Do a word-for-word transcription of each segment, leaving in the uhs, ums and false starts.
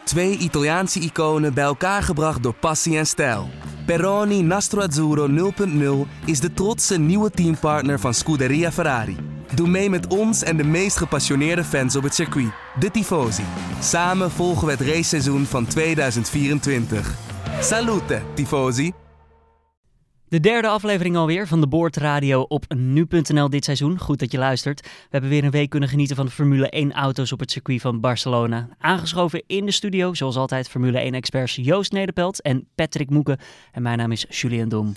Twee Italiaanse iconen bij elkaar gebracht door passie en stijl. Peroni Nastro Azzurro nul punt nul is de trotse nieuwe teampartner van Scuderia Ferrari. Doe mee met ons en de meest gepassioneerde fans op het circuit, de Tifosi. Samen volgen we het raceseizoen van tweeduizend vierentwintig. Salute, Tifosi! De derde aflevering alweer van de Boordradio op nu punt n l dit seizoen. Goed dat je luistert. We hebben weer een week kunnen genieten van de Formule één auto's op het circuit van Barcelona. Aangeschoven in de studio, zoals altijd, Formule één-experts Joost Nederpelt en Patrick Moeken. En mijn naam is Julien Dom.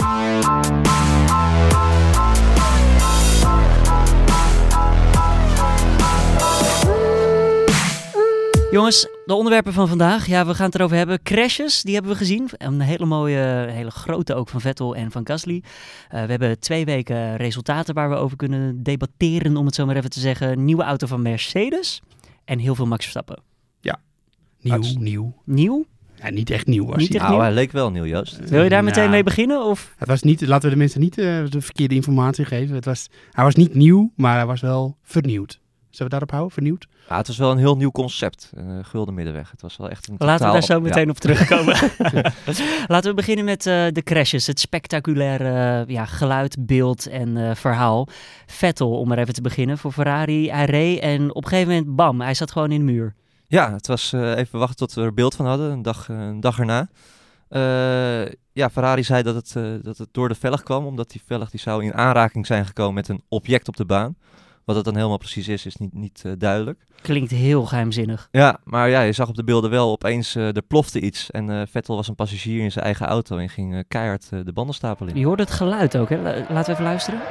Jongens, de onderwerpen van vandaag, ja, we gaan het erover hebben. Crashes, die hebben we gezien. Een hele mooie, hele grote ook van Vettel en van Gasly. Uh, we hebben twee weken resultaten waar we over kunnen debatteren, om het zo maar even te zeggen. Nieuwe auto van Mercedes en heel veel Max Verstappen. Ja, nieuw, Max. nieuw. Nieuw? Ja, niet echt nieuw. Was Niet hij. echt Nou, nieuw? hij leek wel nieuw, Joost. Wil je daar Nou, meteen mee beginnen? Of? Het was niet, laten we de mensen niet uh, de verkeerde informatie geven. Het was, hij was niet nieuw, maar hij was wel vernieuwd. Zullen we daarop houden? Vernieuwd? Ja, het was wel een heel nieuw concept, uh, Gulden Middenweg. Het was wel echt een totaal... Laten we daar zo meteen ja. op terugkomen. Laten we beginnen met uh, de crashes. Het spectaculaire uh, ja, geluid, beeld en uh, verhaal. Vettel, om maar even te beginnen, voor Ferrari. Hij reed en op een gegeven moment, bam, hij zat gewoon in de muur. Ja, het was uh, even wachten tot we er beeld van hadden, een dag, uh, een dag erna. Uh, ja, Ferrari zei dat het, uh, dat het door de velg kwam, omdat die velg die zou in aanraking zijn gekomen met een object op de baan. Wat het dan helemaal precies is, is niet, niet uh, duidelijk. Klinkt heel geheimzinnig. Ja, maar ja, je zag op de beelden wel opeens, uh, er plofte iets. En uh, Vettel was een passagier in zijn eigen auto en ging uh, keihard uh, de bandenstapel in. Je hoorde het geluid ook, hè? Laten we even luisteren.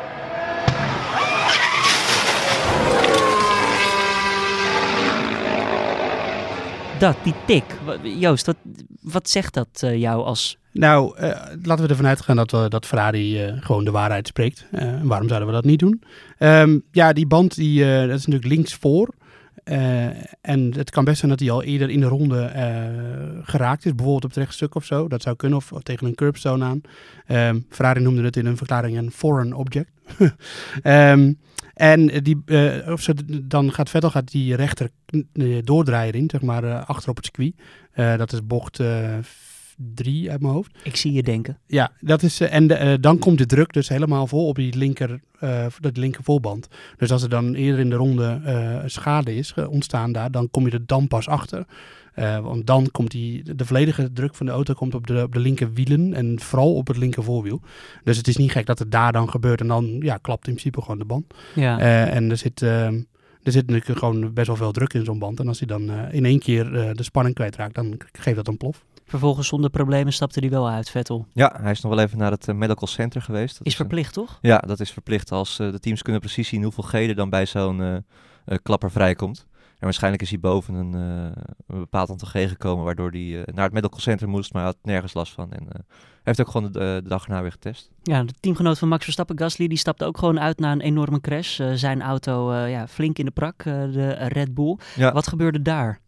Dat, die tik. Joost, wat, wat zegt dat uh, jou als... Nou, uh, laten we ervan uitgaan dat, uh, dat Ferrari uh, gewoon de waarheid spreekt. Uh, waarom zouden we dat niet doen? Um, ja, die band die, uh, dat is natuurlijk links voor. Uh, en het kan best zijn dat hij al eerder in de ronde uh, geraakt is. Bijvoorbeeld op het rechtstuk of zo. Dat zou kunnen. Of, of tegen een curbstone aan. Um, Ferrari noemde het in een verklaring een foreign object. um, en die, uh, of zo, dan gaat Vettel gaat die rechter uh, doordraaien in. Zeg maar uh, achter op het circuit. Uh, dat is bocht... Uh, drie uit mijn hoofd. Ik zie je denken. Ja, dat is uh, en de, uh, dan komt de druk dus helemaal vol op die linker, uh, dat linker voorband. Dus als er dan eerder in de ronde uh, schade is uh, ontstaan daar, dan kom je er dan pas achter. Uh, want dan komt die, de volledige druk van de auto komt op de, op de linker wielen en vooral op het linker voorwiel. Dus het is niet gek dat het daar dan gebeurt en dan ja, klapt in principe gewoon de band. Ja. Uh, en er zit... Uh, Er zit natuurlijk gewoon best wel veel druk in zo'n band. En als hij dan uh, in één keer uh, de spanning kwijtraakt, dan geeft dat een plof. Vervolgens zonder problemen stapte hij wel uit, Vettel. Ja, hij is nog wel even naar het uh, medical center geweest. Dat is is verplicht, een... toch? Ja, dat is verplicht. Als uh, de teams kunnen precies zien hoeveel G er dan bij zo'n uh, uh, klapper vrijkomt. En waarschijnlijk is hij boven een, uh, een bepaald aantal G gekomen, waardoor hij uh, naar het medical center moest, maar hij had nergens last van. En uh, hij heeft ook gewoon de, uh, de dag erna weer getest. Ja, de teamgenoot van Max Verstappen, Gasly, die stapte ook gewoon uit na een enorme crash. Uh, zijn auto uh, ja, flink in de prak, uh, de Red Bull. Ja. Wat gebeurde daar?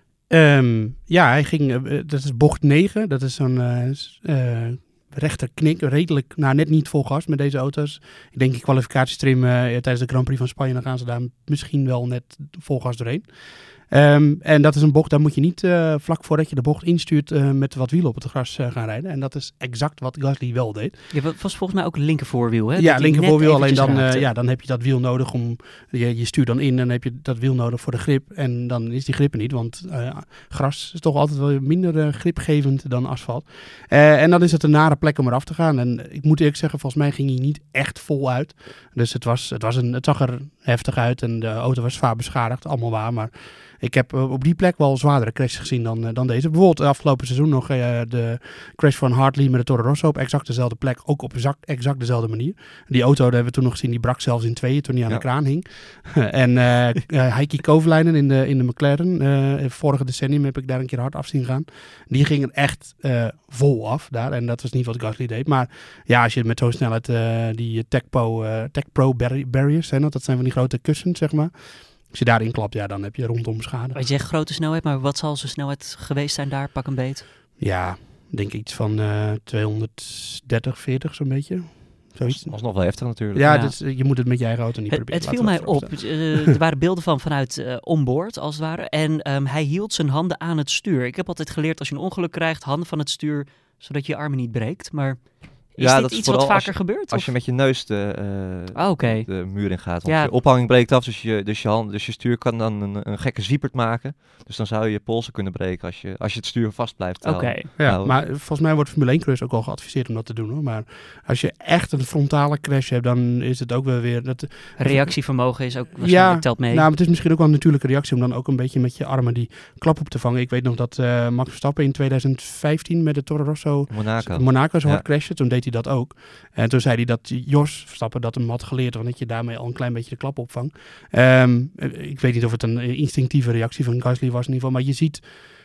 Um, ja, hij ging, uh, dat is bocht negen, dat is zo'n uh, uh, rechterknik, redelijk, nou net niet vol gas met deze auto's. Ik denk die kwalificatiestream uh, tijdens de Grand Prix van Spanje, dan gaan ze daar misschien wel net vol gas doorheen. Um, en dat is een bocht, daar moet je niet uh, vlak voordat je de bocht instuurt uh, met wat wielen op het gras uh, gaan rijden. En dat is exact wat Gasly wel deed. Je was volgens mij ook een linkervoorwiel, hè? Ja, linkervoorwiel, alleen dan, uh, raakte. ja, dan heb je dat wiel nodig om, je, je stuurt dan in en dan heb je dat wiel nodig voor de grip. En dan is die grip er niet, want uh, gras is toch altijd wel minder uh, gripgevend dan asfalt. Uh, en dan is het een nare plek om eraf te gaan. En ik moet eerlijk zeggen, volgens mij ging hij niet echt vol uit. Dus het, was, het, was een, het zag er heftig uit en de auto was zwaar beschadigd, allemaal waar, maar... Ik heb uh, op die plek wel zwaardere crashes gezien dan, uh, dan deze. Bijvoorbeeld afgelopen seizoen nog uh, de crash van Hartley met de Toro Rosso op exact dezelfde plek. Ook op exact, exact dezelfde manier. Die auto, dat hebben we toen nog gezien, die brak zelfs in tweeën toen hij aan ja. de kraan hing. en uh, uh, Heikki Kovalainen in de, in de McLaren, uh, vorige decennium heb ik daar een keer hard af zien gaan. Die gingen echt uh, vol af daar. En dat was niet wat Gasly deed. Maar ja, als je met zo'n snelheid uh, die Tech Pro, uh, Tech Pro barri- barriers, hè, dat zijn van die grote kussens, zeg maar. Als je daarin klapt, ja, dan heb je rondom schade. Wat je zegt grote snelheid, maar wat zal zijn snelheid geweest zijn daar? Pak een beet. Ja, denk ik iets van uh, tweehonderddertig, veertig zo'n beetje. Zoiets. Dat is nog wel heftig natuurlijk. Ja, Ja. Dus, uh, je moet het met je eigen auto niet Het, proberen. het viel Laten mij we dat op. vooropstellen. Uh, er waren beelden van vanuit uh, onboard, als het ware. En um, hij hield zijn handen aan het stuur. Ik heb altijd geleerd, als je een ongeluk krijgt, handen van het stuur, zodat je je armen niet breekt. Maar is Ja, dit dat is iets wat vooral vaker als je- gebeurt? Als of? je met je neus de, uh, Ah, oké. de muur in gaat. Want Ja. je ophanging breekt af, dus je, dus, je hand, dus je stuur kan dan een, een gekke zwiepert maken. Dus dan zou je je polsen kunnen breken als je, als je het stuur vast blijft Oké. houden. Ja, Nou, maar volgens mij wordt Formule één-coureurs ook al geadviseerd om dat te doen. Hoor. Maar als je echt een frontale crash hebt, dan is het ook wel weer... Dat, Reactievermogen is ook waarschijnlijk telt mee. Nou, maar het is misschien ook wel een natuurlijke reactie om dan ook een beetje met je armen die klap op te vangen. Ik weet nog dat uh, Max Verstappen in twintig vijftien met de Toro Rosso Monaco. Monaco zo hard Ja. crashte. Toen deed hij dat ook. En toen zei hij dat Jos Verstappen dat hem had geleerd, want dat je daarmee al een klein beetje de klap opvangt. Um, ik weet niet of het een instinctieve reactie van Gasly was in ieder geval, maar je ziet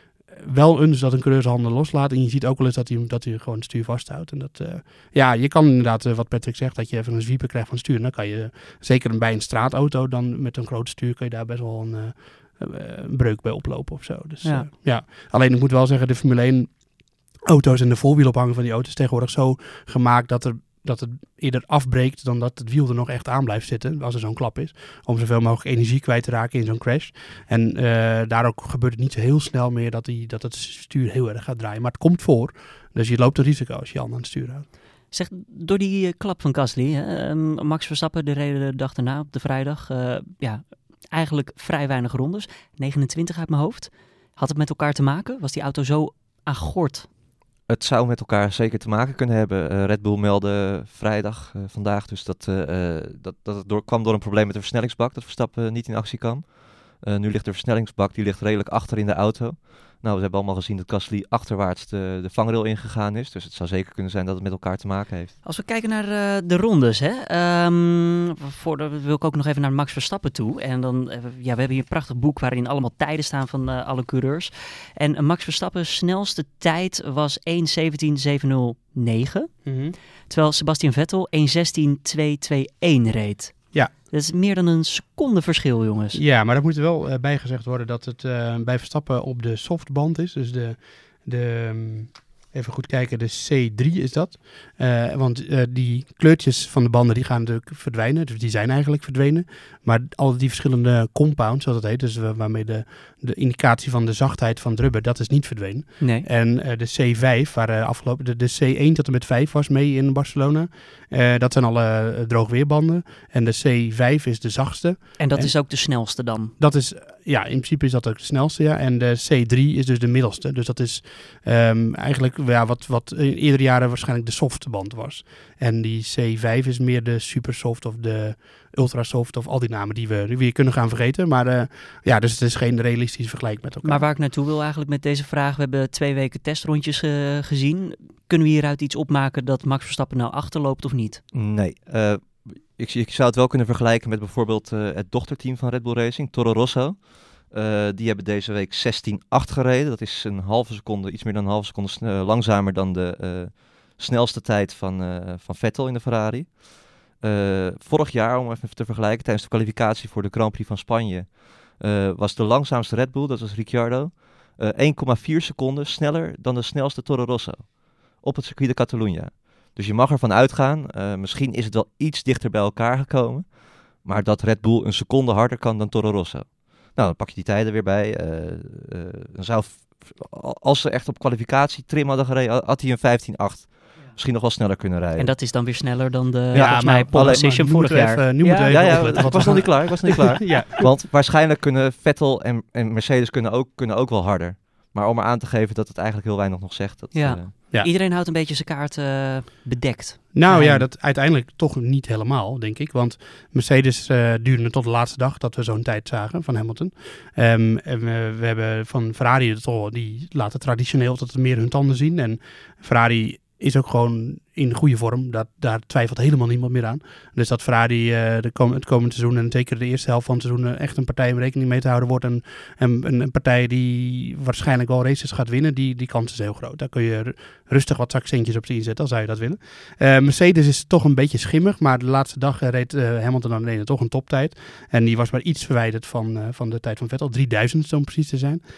wel eens dat een coureur zijn handen loslaat en je ziet ook wel eens dat hij, dat hij gewoon het stuur vasthoudt. En dat, uh, ja, je kan inderdaad, uh, wat Patrick zegt, dat je even een zwieper krijgt van het stuur. En dan kan je, zeker bij een straatauto, dan met een groot stuur, kan je daar best wel een, uh, een breuk bij oplopen of zo. Dus Ja. uh, ja, alleen ik moet wel zeggen, de Formule één auto's en de voorwielophanging van die auto's is tegenwoordig zo gemaakt dat er dat het eerder afbreekt dan dat het wiel er nog echt aan blijft zitten als er zo'n klap is. Om zoveel mogelijk energie kwijt te raken in zo'n crash. En uh, daar ook gebeurt het niet zo heel snel meer dat, die, dat het stuur heel erg gaat draaien. Maar het komt voor. Dus je loopt een risico als je je hand aan het stuur houdt. Zeg, door die uh, klap van Gasly, hè, um, Max Verstappen, de reden de dag daarna op de vrijdag, uh, ja, eigenlijk vrij weinig rondes. negenentwintig uit mijn hoofd. Had het met elkaar te maken? Was die auto zo aan gort? Het zou met elkaar zeker te maken kunnen hebben. Uh, Red Bull meldde vrijdag, uh, vandaag, dus dat, uh, dat, dat het door, kwam door een probleem met de versnellingsbak, dat Verstappen uh, niet in actie kan. Uh, nu ligt de versnellingsbak, die ligt redelijk achter in de auto. Nou, we hebben allemaal gezien dat Gasly achterwaarts de, de vangrail ingegaan is. Dus het zou zeker kunnen zijn dat het met elkaar te maken heeft. Als we kijken naar uh, de rondes, hè, um, voor de, wil ik ook nog even naar Max Verstappen toe. En dan, uh, ja, we hebben hier een prachtig boek waarin allemaal tijden staan van uh, alle coureurs. En uh, Max Verstappen's snelste tijd was één zeventien zevenhonderdnegen. Mm-hmm. Terwijl Sebastian Vettel één zestien tweehonderdeenentwintig reed. Ja. Dat is meer dan een seconde verschil, jongens. Ja, maar er moet er wel uh, bijgezegd worden dat het uh, bij Verstappen op de softband is. Dus de, de um, even goed kijken, de C drie is dat. Uh, want uh, die kleurtjes van de banden die gaan natuurlijk verdwijnen. Dus die zijn eigenlijk verdwenen. Maar al die verschillende compounds, zoals dat heet, dus uh, waarmee de, de indicatie van de zachtheid van het rubber, dat is niet verdwenen. Nee. En uh, de C vijf, waar uh, afgelopen, de, de C één tot en met vijf was mee in Barcelona. Uh, dat zijn alle uh, droogweerbanden. En de C vijf is de zachtste. En dat en, is ook de snelste dan? Dat is, ja, in principe is dat ook de snelste, ja. En de C drie is dus de middelste. Dus dat is um, eigenlijk ja, wat, wat in eerdere jaren waarschijnlijk de softband was. En die C vijf is meer de supersoft of de ultrasoft of al die namen die we weer kunnen gaan vergeten. Maar uh, ja, dus het is geen realistisch vergelijk met elkaar. Maar waar ik naartoe wil eigenlijk met deze vraag, we hebben twee weken testrondjes uh, gezien. Kunnen we hieruit iets opmaken dat Max Verstappen nou achterloopt of niet? Nee, uh, ik, ik zou het wel kunnen vergelijken met bijvoorbeeld uh, het dochterteam van Red Bull Racing, Toro Rosso. Uh, die hebben deze week zestien acht gereden. Dat is een halve seconde, iets meer dan een halve seconde sne- langzamer dan de uh, snelste tijd van, uh, van Vettel in de Ferrari. Uh, vorig jaar, om even te vergelijken, tijdens de kwalificatie voor de Grand Prix van Spanje, uh, was de langzaamste Red Bull, dat was Ricciardo, uh, één komma vier seconden sneller dan de snelste Toro Rosso op het circuit de Catalunya. Dus je mag ervan uitgaan, uh, misschien is het wel iets dichter bij elkaar gekomen, maar dat Red Bull een seconde harder kan dan Toro Rosso. Nou, dan pak je die tijden weer bij. Uh, uh, dan zou, als ze echt op kwalificatie trim hadden gereden, had hij een vijftien acht. Misschien nog wel sneller kunnen rijden. En dat is dan weer sneller dan de, ja, volgens mij, pole position vorig jaar. Even, nu ja, moeten we ja, even ja, opletten. ik was nog niet klaar. Ik was nog niet klaar. ja. Want waarschijnlijk kunnen Vettel en, en Mercedes kunnen ook, kunnen ook wel harder. Maar om maar aan te geven dat het eigenlijk heel weinig nog zegt. Dat, ja. Uh, Ja. Iedereen houdt een beetje zijn kaart uh, bedekt. Nou Geheim. ja, dat uiteindelijk toch niet helemaal, denk ik. Want Mercedes uh, duurde het tot de laatste dag dat we zo'n tijd zagen van Hamilton. Um, en we, we hebben van Ferrari, toch, die laten traditioneel tot meer hun tanden zien. En Ferrari is ook gewoon in goede vorm. Dat, daar twijfelt helemaal niemand meer aan. Dus dat Ferrari uh, de kom- het komende seizoen en zeker de eerste helft van het seizoen uh, echt een partij om rekening mee te houden wordt. En, en, en een partij die waarschijnlijk wel races gaat winnen, die, die kans is heel groot. Daar kun je r- rustig wat zakcentjes op inzetten, als zou je dat willen. Uh, Mercedes is toch een beetje schimmig, maar de laatste dag uh, reed uh, Hamilton aan de ene toch een toptijd. En die was maar iets verwijderd van, uh, van de tijd van Vettel. drieduizend om precies te zijn.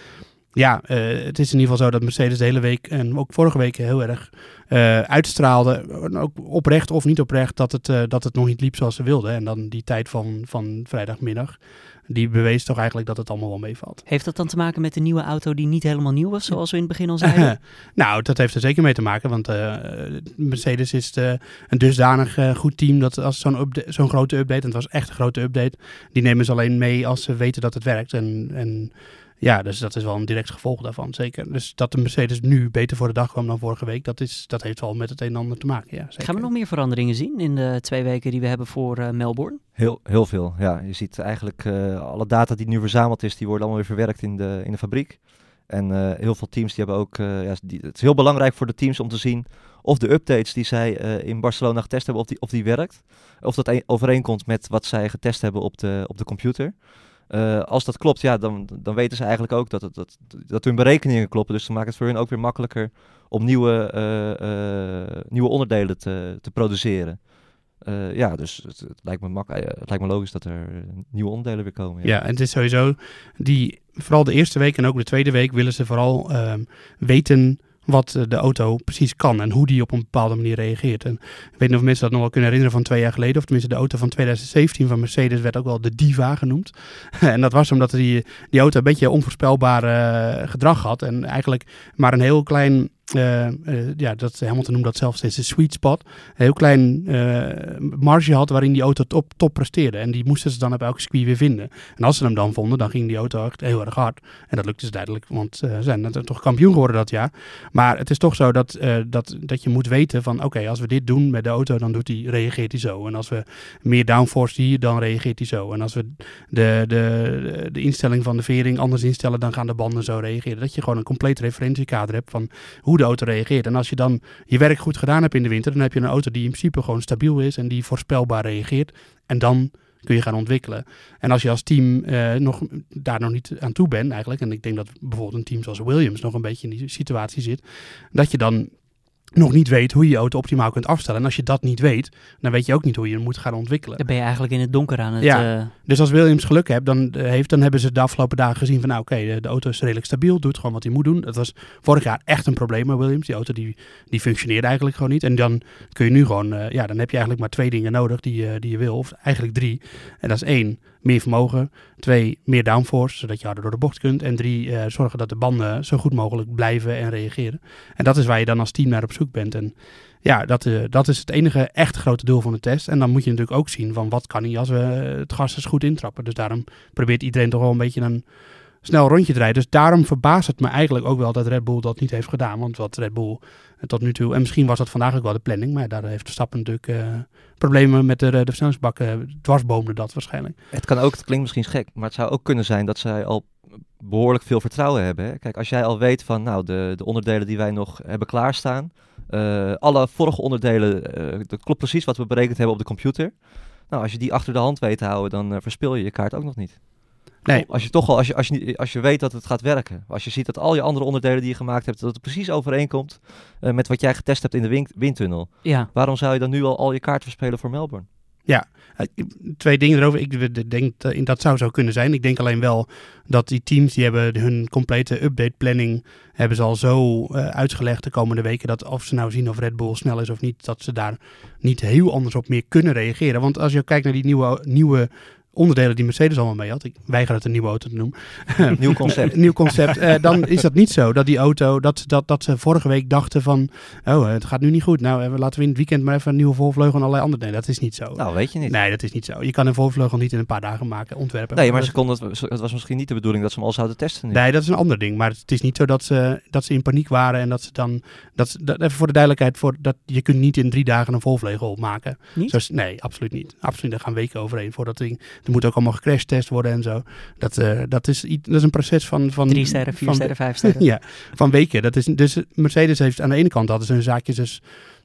Ja, uh, het is in ieder geval zo dat Mercedes de hele week en ook vorige week heel erg uh, uitstraalde, ook oprecht of niet oprecht, dat het, uh, dat het nog niet liep zoals ze wilden. En dan die tijd van, van vrijdagmiddag, die bewees toch eigenlijk dat het allemaal wel meevalt. Heeft dat dan te maken met de nieuwe auto die niet helemaal nieuw was, zoals we in het begin al zeiden? Nou, dat heeft er zeker mee te maken, want uh, Mercedes is uh, een dusdanig uh, goed team dat als zo'n, upda- zo'n grote update, en het was echt een grote update, die nemen ze alleen mee als ze weten dat het werkt. En, en ja, dus dat is wel een direct gevolg daarvan, zeker. Dus dat de Mercedes nu beter voor de dag kwam dan vorige week, dat, is, dat heeft wel met het een en ander te maken, ja, zeker. Gaan we nog meer veranderingen zien in de twee weken die we hebben voor uh, Melbourne? Heel, heel veel, ja. Je ziet eigenlijk uh, alle data die nu verzameld is, die worden allemaal weer verwerkt in de, in de fabriek. En uh, heel veel teams die hebben ook, uh, ja, die, het is heel belangrijk voor de teams om te zien of de updates die zij uh, in Barcelona getest hebben, of die, of die werkt. Of dat een, overeenkomt met wat zij getest hebben op de, op de computer. Uh, als dat klopt, ja, dan, dan weten ze eigenlijk ook dat, het, dat, dat hun berekeningen kloppen. Dus dan maakt het voor hun ook weer makkelijker om nieuwe, uh, uh, nieuwe onderdelen te, te produceren. Uh, ja, dus het, het, lijkt me mak- uh, het lijkt me logisch dat er nieuwe onderdelen weer komen. Ja, ja, en het is sowieso, die, vooral de eerste week en ook de tweede week willen ze vooral uh, weten wat de auto precies kan en hoe die op een bepaalde manier reageert. En ik weet niet of mensen dat nog wel kunnen herinneren van twee jaar geleden, of tenminste de auto van twintig zeventien van Mercedes werd ook wel de Diva genoemd. En dat was omdat die, die auto een beetje onvoorspelbaar uh, gedrag had en eigenlijk maar een heel klein... Uh, uh, ja, dat, Hamilton noemt dat zelfs steeds de sweet spot. Een heel klein uh, marge had waarin die auto top, top presteerde. En die moesten ze dan op elke circuit weer vinden. En als ze hem dan vonden, dan ging die auto echt heel erg hard. En dat lukte ze duidelijk, want uh, ze zijn dan toch kampioen geworden dat jaar. Maar het is toch zo dat, uh, dat, dat je moet weten van... oké, okay, als we dit doen met de auto, dan doet die, reageert hij zo. En als we meer downforce hier, dan reageert hij zo. En als we de, de, de instelling van de vering anders instellen, dan gaan de banden zo reageren. Dat je gewoon een compleet referentiekader hebt van hoe de auto reageert. En als je dan je werk goed gedaan hebt in de winter, dan heb je een auto die in principe gewoon stabiel is en die voorspelbaar reageert. En dan kun je gaan ontwikkelen. En als je als team uh, nog, daar nog niet aan toe bent eigenlijk, en ik denk dat bijvoorbeeld een team zoals Williams nog een beetje in die situatie zit, dat je dan nog niet weet hoe je je auto optimaal kunt afstellen. En als je dat niet weet, dan weet je ook niet hoe je hem moet gaan ontwikkelen. Dan ben je eigenlijk in het donker aan het... Ja, uh... dus als Williams geluk hebt, dan, uh, heeft, dan hebben ze de afgelopen dagen gezien van, nou oké, okay, de, de auto is redelijk stabiel, doet gewoon wat hij moet doen. Dat was vorig jaar echt een probleem met Williams. Die auto die, die functioneerde eigenlijk gewoon niet. En dan kun je nu gewoon, uh, ja, dan heb je eigenlijk maar twee dingen nodig die, uh, die je wil. Of eigenlijk drie. En dat is één, meer vermogen. Twee, meer downforce, zodat je harder door de bocht kunt. En drie, uh, zorgen dat de banden zo goed mogelijk blijven en reageren. En dat is waar je dan als team naar op zoek bent. En ja, dat, uh, dat is het enige echt grote doel van de test. En dan moet je natuurlijk ook zien van wat kan hij als we het gas eens goed intrappen. Dus daarom probeert iedereen toch wel een beetje een snel rondje te rijden. Dus daarom verbaast het me eigenlijk ook wel dat Red Bull dat niet heeft gedaan. Want wat Red Bull tot nu toe, en misschien was dat vandaag ook wel de planning, maar daar heeft Verstappen natuurlijk uh, problemen met de, de versnellingsbakken, dwarsboomde dat waarschijnlijk. Het kan ook, het klinkt misschien gek, maar het zou ook kunnen zijn dat zij al behoorlijk veel vertrouwen hebben. Hè? Kijk, als jij al weet van nou de, de onderdelen die wij nog hebben klaarstaan, uh, alle vorige onderdelen, uh, dat klopt precies wat we berekend hebben op de computer. Nou, als je die achter de hand weet te houden, dan uh, verspil je je kaart ook nog niet. Nee. Als je toch al, als je, als, je, als je weet dat het gaat werken. Als je ziet dat al je andere onderdelen die je gemaakt hebt, dat het precies overeenkomt uh, met wat jij getest hebt in de wind, windtunnel. Ja. Waarom zou je dan nu al al je kaart verspelen voor Melbourne? Ja, twee dingen erover. Ik denk dat dat zou zo kunnen zijn. Ik denk alleen wel dat die teams, die hebben hun complete update planning, hebben ze al zo uh, uitgelegd de komende weken, dat of ze nou zien of Red Bull snel is of niet, dat ze daar niet heel anders op meer kunnen reageren. Want als je kijkt naar die nieuwe, nieuwe onderdelen die Mercedes allemaal mee had, ik weiger het een nieuwe auto te noemen. Nieuw concept. Nieuw concept. Uh, dan is dat niet zo dat die auto, dat, dat, dat ze vorige week dachten van, oh, het gaat nu niet goed. Nou, uh, laten we in het weekend maar even een nieuwe voorvleugel en allerlei andere. Nee, dat is niet zo. Nou, weet je niet. Nee, dat is niet zo. Je kan een voorvleugel niet in een paar dagen maken, ontwerpen. Nee, maar ze konden het, het was misschien niet de bedoeling dat ze hem al zouden testen nu. Nee, dat is een ander ding. Maar het is niet zo dat ze, dat ze in paniek waren en dat ze dan, dat, ze, dat even voor de duidelijkheid, voor, dat je kunt niet in drie dagen een voorvleugel maken. Niet? Zoals, nee, absoluut niet. Absoluut, daar gaan weken overheen voor dat ding. Er moet ook allemaal gecrashed test worden en zo. Dat, uh, dat, is, dat is een proces van... van Drie sterren, vier van, sterren, vijf sterren. Ja, van weken. Dat is, dus Mercedes heeft aan de ene kant hadden ze hun zaakjes dus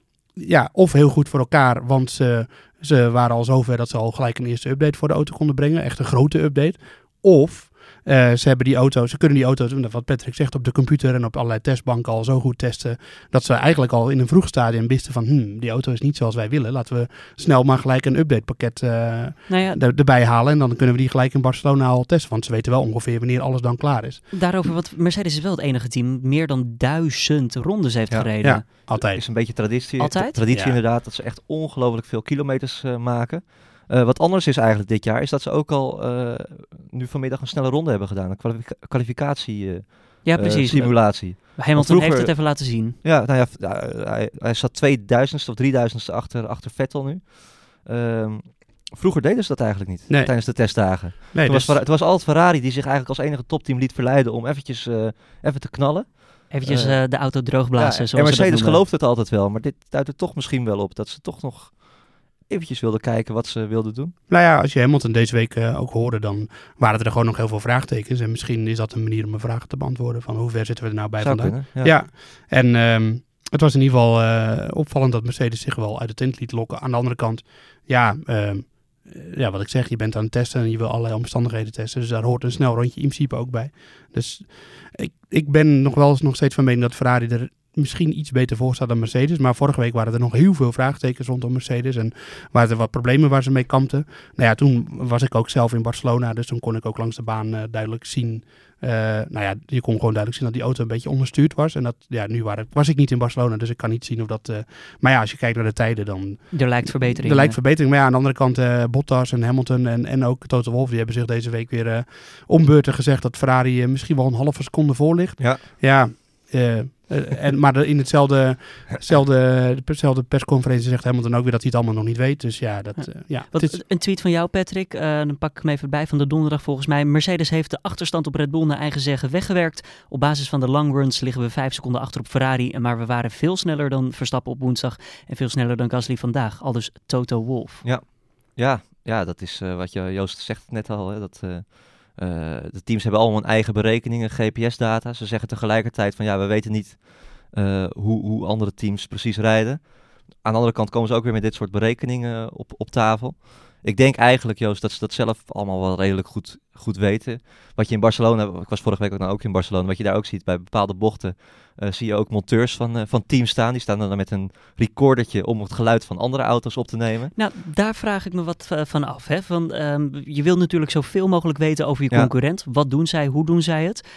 ja, of heel goed voor elkaar, want ze, ze waren al zover dat ze al gelijk een eerste update voor de auto konden brengen. Echt een grote update. Of Uh, ze hebben die auto's, ze kunnen die auto's, wat Patrick zegt, op de computer en op allerlei testbanken al zo goed testen, dat ze eigenlijk al in een vroeg stadium wisten van, hm, die auto is niet zoals wij willen. Laten we snel maar gelijk een updatepakket uh, nou ja, er, erbij halen en dan kunnen we die gelijk in Barcelona al testen, want ze weten wel ongeveer wanneer alles dan klaar is. Daarover, wat Mercedes is wel het enige team meer dan duizend rondes heeft ja, gereden. Ja, altijd. Het is een beetje traditie, altijd? traditie ja. inderdaad, dat ze echt ongelooflijk veel kilometers uh, maken. Uh, wat anders is eigenlijk dit jaar, is dat ze ook al uh, nu vanmiddag een snelle ronde hebben gedaan. Een kwalifika- kwalificatie uh, ja, precies. Uh, simulatie. Hamilton vroeger, heeft het even laten zien. Ja, nou ja, hij, hij zat tweeduizendste of drieduizendste achter, achter Vettel nu. Um, vroeger deden ze dat eigenlijk niet, nee. tijdens de testdagen. Nee, het, dus... was, het was altijd Ferrari die zich eigenlijk als enige topteam liet verleiden om eventjes uh, even te knallen. Eventjes uh, de auto droogblazen. Ja, en Mercedes gelooft het altijd wel, maar dit duidt er toch misschien wel op dat ze toch nog eventjes wilden kijken wat ze wilden doen. Nou ja, als je Hamilton deze week uh, ook hoorde, dan waren er gewoon nog heel veel vraagtekens. En misschien is dat een manier om een vraag te beantwoorden van hoe ver zitten we er nou bij Zou vandaan. Kunnen, ja. ja, en um, het was in ieder geval uh, opvallend dat Mercedes zich wel uit de tent liet lokken. Aan de andere kant, ja, uh, ja, wat ik zeg, je bent aan het testen en je wil allerlei omstandigheden testen. Dus daar hoort een snel rondje in principe ook bij. Dus ik, ik ben nog wel eens nog steeds van mening dat Ferrari er misschien iets beter voor staat dan Mercedes. Maar vorige week waren er nog heel veel vraagtekens rondom Mercedes. En waren er wat problemen waar ze mee kampten. Nou ja, toen was ik ook zelf in Barcelona. Dus toen kon ik ook langs de baan uh, duidelijk zien. Uh, nou ja, je kon gewoon duidelijk zien dat die auto een beetje onderstuurd was. En dat, ja, nu waren, was ik niet in Barcelona. Dus ik kan niet zien of dat... Uh, maar ja, als je kijkt naar de tijden, dan... Er lijkt verbetering. Er lijkt verbetering. Maar ja, aan de andere kant, uh, Bottas en Hamilton en, en ook Toto Wolff, die hebben zich deze week weer uh, ombeurten gezegd dat Ferrari uh, misschien wel een halve seconde voor ligt. Ja. Ja, uh, Uh, en, maar in hetzelfde, hetzelfde, hetzelfde persconferentie zegt Hamilton ook weer dat hij het allemaal nog niet weet. Dus ja, dat, uh, ja Wat, het is... Een tweet van jou, Patrick. Uh, dan pak ik hem even bij van de donderdag volgens mij. Mercedes heeft de achterstand op Red Bull naar eigen zeggen weggewerkt. Op basis van de long runs liggen we vijf seconden achter op Ferrari. Maar we waren veel sneller dan Verstappen op woensdag. En veel sneller dan Gasly vandaag. Aldus Toto Wolff. Ja, ja, ja dat is uh, wat je, Joost zegt net al. Hè, dat... Uh... Uh, de teams hebben allemaal hun eigen berekeningen, G P S-data. Ze zeggen tegelijkertijd van ja, we weten niet uh, hoe, hoe andere teams precies rijden. Aan de andere kant komen ze ook weer met dit soort berekeningen op, op tafel. Ik denk eigenlijk, Joost, dat ze dat zelf allemaal wel redelijk goed, goed weten. Wat je in Barcelona, ik was vorige week ook, nou ook in Barcelona, wat je daar ook ziet bij bepaalde bochten, uh, zie je ook monteurs van, uh, van teams staan. Die staan dan met een recordertje om het geluid van andere auto's op te nemen. Nou, daar vraag ik me wat uh, van af. Hè? Van, um, je wil natuurlijk zoveel mogelijk weten over je ja. concurrent. Wat doen zij? Hoe doen zij het?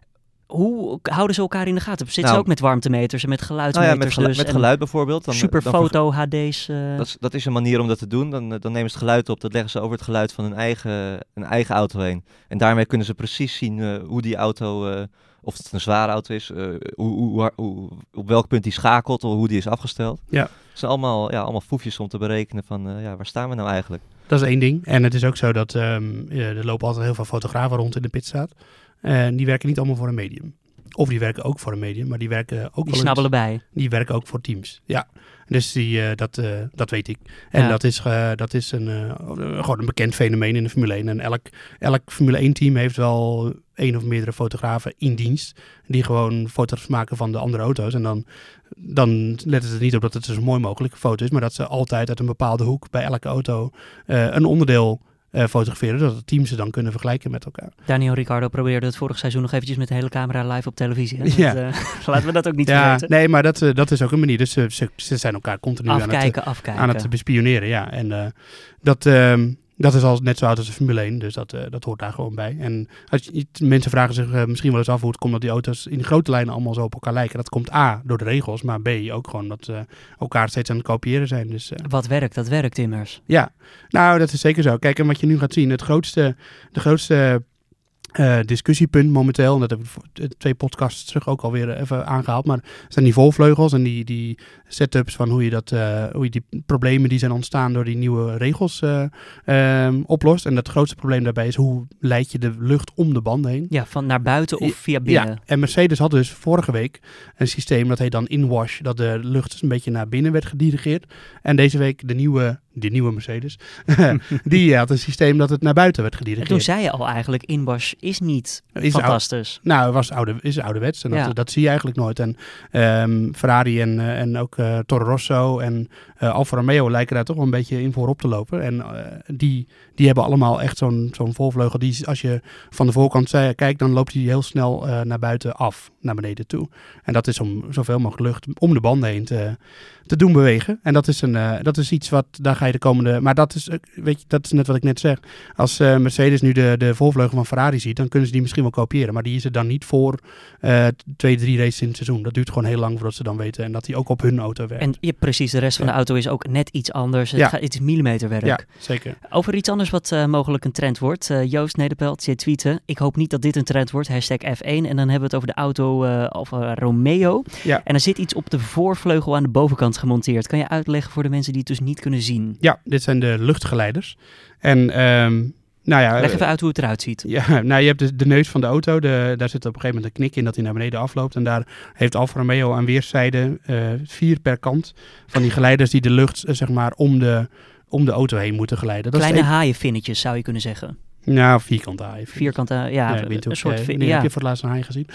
Hoe houden ze elkaar in de gaten? Zitten nou, ze ook met warmtemeters en met geluidsmeters? Nou ja, met, gelu- dus, met geluid bijvoorbeeld. Dan, superfoto, dan ver- H D's. Uh... Dat, is, dat is een manier om dat te doen. Dan, dan nemen ze het geluid op, dat leggen ze over het geluid van hun eigen, een eigen auto heen. En daarmee kunnen ze precies zien uh, hoe die auto, uh, of het een zware auto is, uh, hoe, hoe, hoe, op welk punt die schakelt of hoe die is afgesteld. Ja. Het zijn allemaal, ja, allemaal foefjes om te berekenen van uh, ja, waar staan we nou eigenlijk? Dat is één ding. En het is ook zo dat um, ja, er lopen altijd heel veel fotografen rond in de pitstraat. En uh, die werken niet allemaal voor een medium. Of die werken ook voor een medium, maar die werken ook Die snabbelen bij. Die werken ook voor teams, ja. Dus die, uh, dat, uh, dat weet ik. En ja. dat is, uh, dat is een, uh, gewoon een bekend fenomeen in de Formule één. En elk, elk Formule één team heeft wel één of meerdere fotografen in dienst. Die gewoon foto's maken van de andere auto's. En dan, dan letten ze er niet op dat het zo mooi mogelijke foto is. Maar dat ze altijd uit een bepaalde hoek bij elke auto uh, een onderdeel Uh, fotograferen, zodat het team ze dan kunnen vergelijken met elkaar. Daniel Ricciardo probeerde het vorig seizoen nog eventjes met de hele camera live op televisie. Hè? Ja. Dat, uh, laten we dat ook niet ja, vergeten. Nee, maar dat, uh, dat is ook een manier. Dus uh, ze, ze zijn elkaar continu afkijken, aan, het, uh, afkijken. aan het bespioneren. Ja. En uh, dat, uh, dat is al net zo oud als de Formule één, dus dat, uh, dat hoort daar gewoon bij. En als je, mensen vragen zich uh, misschien wel eens af hoe het komt dat die auto's in grote lijnen allemaal zo op elkaar lijken. Dat komt A, door de regels, maar B, ook gewoon dat uh, elkaar steeds aan het kopiëren zijn. Dus, uh, wat werkt, dat werkt immers. Ja, nou dat is zeker zo. Kijk, en wat je nu gaat zien, het grootste, de grootste uh, discussiepunt momenteel, en dat heb ik twee podcasts terug ook alweer even aangehaald, maar zijn die volvleugels en die, die setups van hoe je, dat, uh, hoe je die problemen die zijn ontstaan door die nieuwe regels uh, um, oplost. En dat grootste probleem daarbij is hoe leid je de lucht om de banden heen. Ja, van naar buiten of via binnen. Ja, en Mercedes had dus vorige week een systeem, dat heet dan inwash, dat de lucht een beetje naar binnen werd gedirigeerd. En deze week de nieuwe, de nieuwe Mercedes, die had een systeem dat het naar buiten werd gedirigeerd. En toen zei je al eigenlijk inwash is niet Is fantastisch. Nou, het was oude, is ouderwets en dat, Ja. dat zie je eigenlijk nooit. En um, Ferrari en, uh, en ook uh, Toro Rosso en uh, Alfa Romeo lijken daar toch wel een beetje in voorop te lopen. En uh, die, die hebben allemaal echt zo'n, zo'n volvleugel. Die, als je van de voorkant zei, kijkt, dan loopt hij heel snel uh, naar buiten af, naar beneden toe. En dat is om zoveel mogelijk lucht om de banden heen te, te doen bewegen. En dat is, een, uh, dat is iets wat, daar ga je de komende... Maar dat is, uh, weet je, dat is net wat ik net zeg. Als uh, Mercedes nu de, de voorvleugel van Ferrari ziet, dan kunnen ze die misschien wel kopiëren. Maar die is er dan niet voor uh, twee, drie races in het seizoen. Dat duurt gewoon heel lang voordat ze dan weten en dat die ook op hun auto werkt. En ja, precies, de rest van Ja. de auto is ook net iets anders. Het, Ja. gaat, het is millimeterwerk. Ja, zeker. Over iets anders wat uh, mogelijk een trend wordt. Uh, Joost Nederpelt, je tweette. Ik hoop niet dat dit een trend wordt. Hashtag F één. En dan hebben we het over de auto uh, Alfa Romeo. Ja. En er zit iets op de voorvleugel aan de bovenkant gemonteerd. Kan je uitleggen voor de mensen die het dus niet kunnen zien? Ja, dit zijn de luchtgeleiders. En um, nou ja... Leg even uit hoe het eruit ziet. Ja, nou je hebt de, de neus van de auto. De, daar zit op een gegeven moment een knik in dat hij naar beneden afloopt. En daar heeft Alfa Romeo aan weerszijden uh, vier per kant van die geleiders die de lucht uh, zeg maar om de, om de auto heen moeten geleiden. Dat Kleine is een, haaienvinnetjes zou je kunnen zeggen. Nou, vierkant haai. Vierkante, ja, ja, ik weet een ook, soort... uh, vi- nee, ja. Ik heb voor het laatst een haai gezien.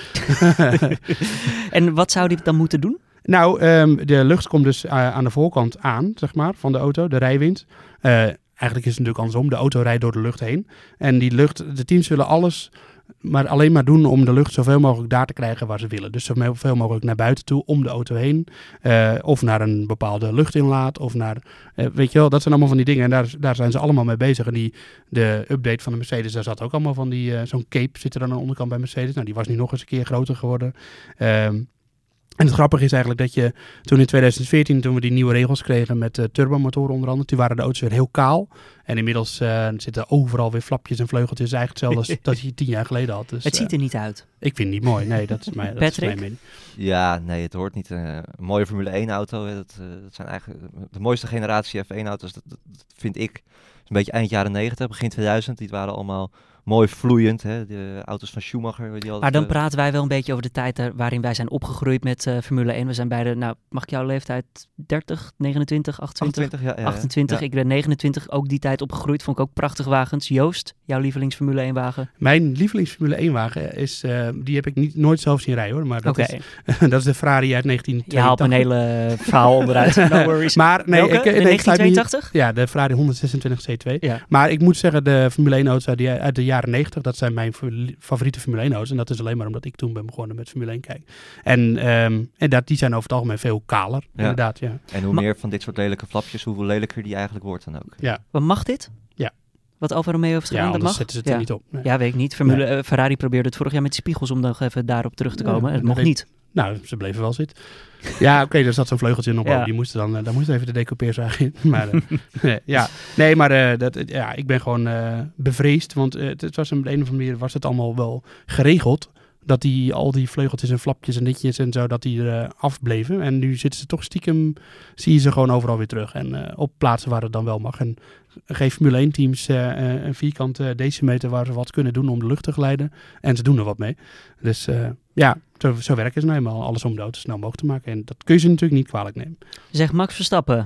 En wat zou die dan moeten doen? Nou, um, de lucht komt dus uh, aan de voorkant aan, zeg maar, van de auto, de rijwind. Uh, eigenlijk is het natuurlijk andersom. De auto rijdt door de lucht heen. En die lucht, de teams willen alles maar alleen maar doen om de lucht zoveel mogelijk daar te krijgen waar ze willen. Dus zoveel mogelijk naar buiten toe, om de auto heen. Uh, of naar een bepaalde luchtinlaat. Of naar, uh, weet je wel, dat zijn allemaal van die dingen. En daar, daar zijn ze allemaal mee bezig. En die, de update van de Mercedes, daar zat ook allemaal van die, uh, zo'n cape zit er dan aan de onderkant bij Mercedes. Nou, die was nu nog eens een keer groter geworden. Um, En het grappige is eigenlijk dat je toen in twintig veertien, toen we die nieuwe regels kregen met uh, turbomotoren onder andere, toen waren de auto's weer heel kaal. En inmiddels uh, zitten overal weer flapjes en vleugeltjes. Eigenlijk hetzelfde als dat je tien jaar geleden had. Dus, Het ziet er niet uit. Uh, ik vind het niet mooi. Nee, dat is mijn, dat is mijn mening. Ja, nee, het hoort niet. Uh, een mooie Formule één auto. Hè, dat, uh, dat zijn eigenlijk de mooiste generatie F één auto's. Dat, dat, dat vind ik. Dat is een beetje eind jaren negentig, begin tweeduizend. Die waren allemaal mooi vloeiend, hè? De auto's van Schumacher. Die altijd, maar dan uh, praten wij wel een beetje over de tijd uh, waarin wij zijn opgegroeid met uh, Formule één. We zijn beide, nou, mag ik jouw leeftijd dertig, negenentwintig, achtentwintig? achtentwintig, ja, ja, achtentwintig, ja. Ik ben negenentwintig, ook die tijd opgegroeid. Vond ik ook prachtig wagens. Joost, jouw lievelings Formule één wagen? Mijn lievelings Formule één wagen is, uh, die heb ik niet, nooit zelf zien rijden hoor. Maar dat, okay. is, dat is de Ferrari uit negentien tweeëntachtig. Je haalt mijn hele verhaal onderuit. No worries. Maar nee, Welke? ik, de nee, negentien tweeëntachtig? Ja, de Ferrari honderdzesentwintig C twee. Ja. Maar ik moet zeggen, de Formule één auto's uit de, uit de jaren negentig, dat zijn mijn favoriete Formule één auto's. En dat is alleen maar omdat ik toen ben begonnen met Formule één kijken. En, um, en dat, die zijn over het algemeen veel kaler, ja. inderdaad. Ja. En hoe Ma- meer van dit soort lelijke flapjes, hoeveel lelijker die eigenlijk wordt dan ook. Ja. Wat mag dit? Ja. Wat Alfa Romeo heeft gedaan, Ja, dat anders mag? zetten ze het ja. er niet op. Nee. Ja, weet ik niet. Formule, Nee. uh, Ferrari probeerde het vorig jaar met die spiegels om nog even daarop terug te komen. Ja, het mocht weet, niet. Nou, ze bleven wel zitten. Ja, oké, okay, er zat zo'n vleugeltje nog ja. op. Die moesten dan, uh, daar moest even de decoupeerzaag in. Maar uh, ja, nee, maar uh, dat, ja, ik ben gewoon uh, bevreesd. Want uh, het, het was op de een of andere manier was het allemaal wel geregeld. Dat die, al die vleugeltjes en flapjes en ditjes en zo, dat die er uh, afbleven. En nu zitten ze toch stiekem, zie je ze gewoon overal weer terug. En uh, op plaatsen waar het dan wel mag. En geef Formule één teams uh, uh, een vierkante decimeter waar ze wat kunnen doen om de lucht te glijden. En ze doen er wat mee. Dus uh, ja, zo, zo werken ze nou eenmaal. Alles om de auto snel mogelijk te maken. En dat kun je ze natuurlijk niet kwalijk nemen. Zeg Max Verstappen.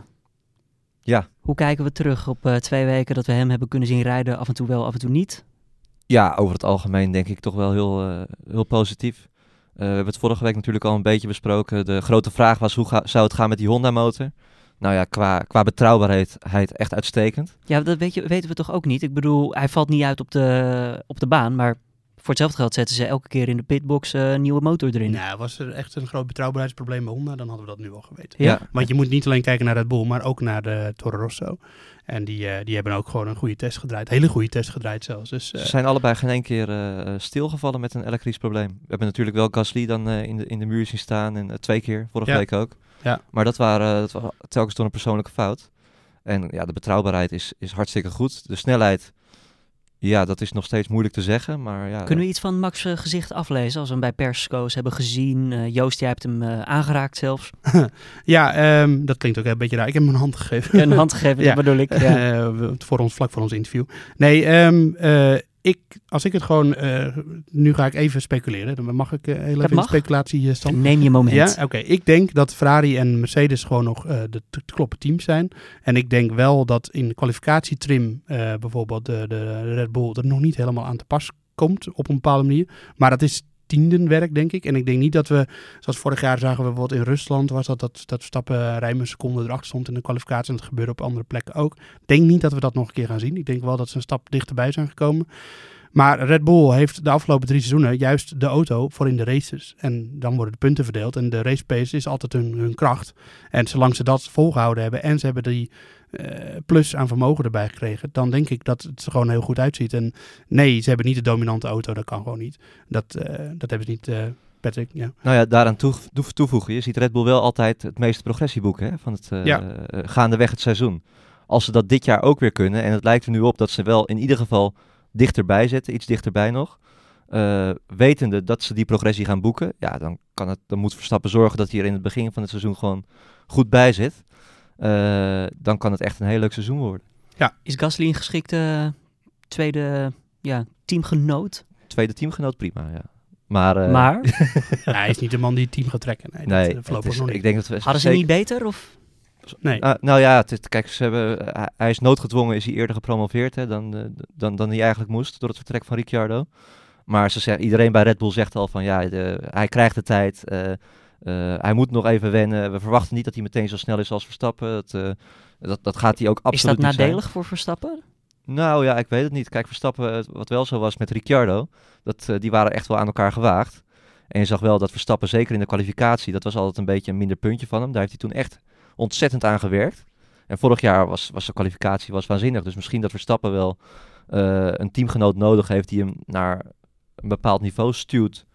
Ja. Hoe kijken we terug op uh, twee weken dat we hem hebben kunnen zien rijden? Af en toe wel, af en toe niet. Ja, over het algemeen denk ik toch wel heel, uh, heel positief. Uh, we hebben het vorige week natuurlijk al een beetje besproken. De grote vraag was, hoe ga, zou het gaan met die Honda-motor? Nou ja, qua, qua betrouwbaarheid echt uitstekend. Ja, dat weet je, weten we toch ook niet? Ik bedoel, hij valt niet uit op de, op de baan, maar voor hetzelfde geld zetten ze elke keer in de pitbox uh, een nieuwe motor erin. Nou, was er echt een groot betrouwbaarheidsprobleem bij Honda, dan hadden we dat nu al geweten. Ja. Ja. Want je moet niet alleen kijken naar Red Bull, maar ook naar de Toro Rosso. En die, uh, die hebben ook gewoon een goede test gedraaid. Hele goede test gedraaid zelfs. Dus, uh, Ze zijn allebei geen één keer uh, stilgevallen met een elektrisch probleem. We hebben natuurlijk wel Gasly dan uh, in, de, in de muur zien staan. En uh, twee keer, vorige ja. week ook. Ja. Maar dat waren, dat waren telkens door een persoonlijke fout. En ja, de betrouwbaarheid is, is hartstikke goed. De snelheid, ja, dat is nog steeds moeilijk te zeggen. Maar ja, Kunnen we iets van Max' uh, gezicht aflezen als we hem bij persco's hebben gezien? Uh, Joost, jij hebt hem uh, aangeraakt zelfs. ja, um, dat klinkt ook een beetje raar. Ik heb hem een hand gegeven. Ja, een hand gegeven, ja. dat bedoel ik. Ja. Uh, voor ons, vlak voor ons interview. Nee, um, uh, ik, als ik het gewoon... Uh, nu ga ik even speculeren. Dan mag ik uh, heel even in speculatie uh, stand. Neem je moment. Ja, oké. Okay. Ik denk dat Ferrari en Mercedes gewoon nog uh, de te kloppen teams zijn. En ik denk wel dat in de kwalificatietrim uh, bijvoorbeeld de, de Red Bull er nog niet helemaal aan te pas komt op een bepaalde manier. Maar dat is tiendenwerk, denk ik. En ik denk niet dat we, zoals vorig jaar zagen we bijvoorbeeld in Rusland, was dat dat, dat Verstappen ruim een seconde erachter stond in de kwalificatie. En dat gebeurde op andere plekken ook. Ik denk niet dat we dat nog een keer gaan zien. Ik denk wel dat ze een stap dichterbij zijn gekomen. Maar Red Bull heeft de afgelopen drie seizoenen juist de auto voor in de races. En dan worden de punten verdeeld. En de race pace is altijd hun, hun kracht. En zolang ze dat volgehouden hebben en ze hebben die uh, plus aan vermogen erbij gekregen, dan denk ik dat het er gewoon heel goed uitziet. En nee, ze hebben niet de dominante auto. Dat kan gewoon niet. Dat, uh, dat hebben ze niet, uh, Patrick. Ja. Nou ja, daaraan toe, toe, toevoegen. Je ziet Red Bull wel altijd het meeste progressieboek hè, van het uh, Ja. uh, gaandeweg het seizoen. Als ze dat dit jaar ook weer kunnen, en het lijkt er nu op dat ze wel in ieder geval dichterbij zitten, iets dichterbij nog. Uh, wetende dat ze die progressie gaan boeken, ja, dan, kan het, dan moet Verstappen zorgen dat hij er in het begin van het seizoen gewoon goed bij zit. Uh, dan kan het echt een heel leuk seizoen worden. Is Gasly een geschikte tweede ja, teamgenoot? Tweede teamgenoot, prima, ja. Maar, uh, maar Ja, hij is niet de man die het team gaat trekken. Nee, nee, dat, uh, het voorlopig is, nog niet. ik denk dat we hadden ze zeker- niet beter? Of? Nee. Uh, nou ja, het, het- kijk, ze hebben, uh, hij is noodgedwongen, is hij eerder gepromoveerd hè, dan, uh, dan, dan hij eigenlijk moest door het vertrek van Ricciardo. Maar ze zeggen, iedereen bij Red Bull zegt al van ja, de, hij krijgt de tijd, uh, uh, hij moet nog even wennen. We verwachten niet dat hij meteen zo snel is als Verstappen. Dat, uh, dat, dat gaat hij ook Is absoluut dat niet zijn. nadelig voor Verstappen? Nou ja, ik weet het niet. Kijk, Verstappen, uh, wat wel zo was met Ricciardo, dat, uh, die waren echt wel aan elkaar gewaagd. En je zag wel dat Verstappen, zeker in de kwalificatie, dat was altijd een beetje een minder puntje van hem. Daar heeft hij toen echt ontzettend aan gewerkt. En vorig jaar was, was de kwalificatie was waanzinnig. Dus misschien dat Verstappen wel uh, een teamgenoot nodig heeft die hem naar een bepaald niveau stuwt.